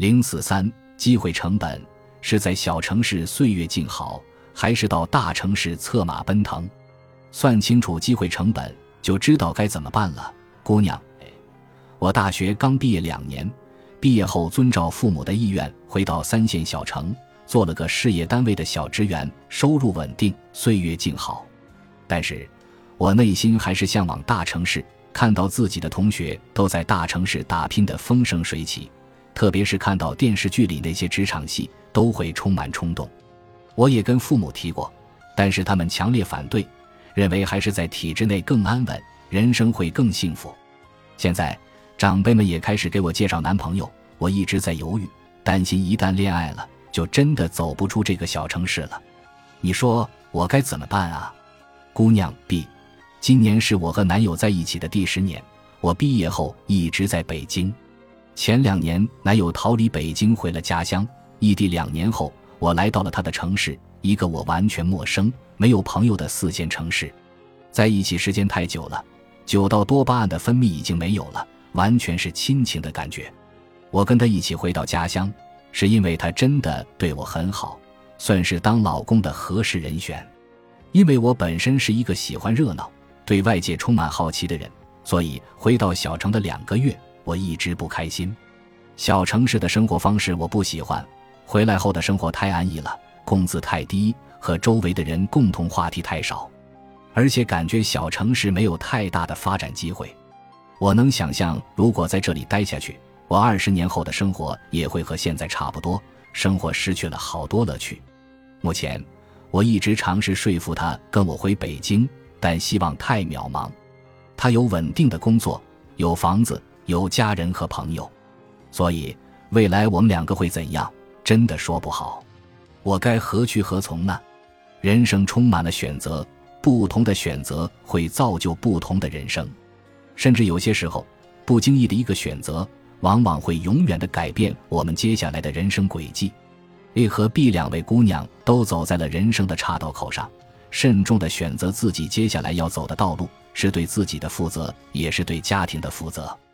043机会成本，是在小城市岁月静好，还是到大城市策马奔腾？算清楚机会成本，就知道该怎么办了。姑娘，我大学刚毕业2年，毕业后遵照父母的意愿回到3线小城，做了个事业单位的小职员，收入稳定，岁月静好。但是我内心还是向往大城市，看到自己的同学都在大城市打拼得风生水起，特别是看到电视剧里那些职场戏，都会充满冲动。我也跟父母提过，但是他们强烈反对，认为还是在体制内更安稳，人生会更幸福。现在长辈们也开始给我介绍男朋友，我一直在犹豫，担心一旦恋爱了，就真的走不出这个小城市了。你说我该怎么办啊？姑娘 B， 今年是我和男友在一起的第10年，我毕业后一直在北京。前2年男友逃离北京回了家乡，异地2年后，我来到了他的城市，一个我完全陌生没有朋友的4线城市。在一起时间太久了，久到多巴胺的分泌已经没有了，完全是亲情的感觉。我跟他一起回到家乡，是因为他真的对我很好，算是当老公的合适人选。因为我本身是一个喜欢热闹，对外界充满好奇的人，所以回到小城的2个月，我一直不开心。小城市的生活方式我不喜欢，回来后的生活太安逸了，工资太低，和周围的人共同话题太少，而且感觉小城市没有太大的发展机会。我能想象，如果在这里待下去，我20年后的生活也会和现在差不多，生活失去了好多乐趣。目前我一直尝试说服他跟我回北京，但希望太渺茫。他有稳定的工作，有房子，有家人和朋友，所以未来我们2个会怎样，真的说不好。我该何去何从呢？人生充满了选择，不同的选择会造就不同的人生，甚至有些时候，不经意的一个选择，往往会永远地改变我们接下来的人生轨迹。A 和 B 2位姑娘都走在了人生的岔道口上，慎重地选择自己接下来要走的道路，是对自己的负责，也是对家庭的负责。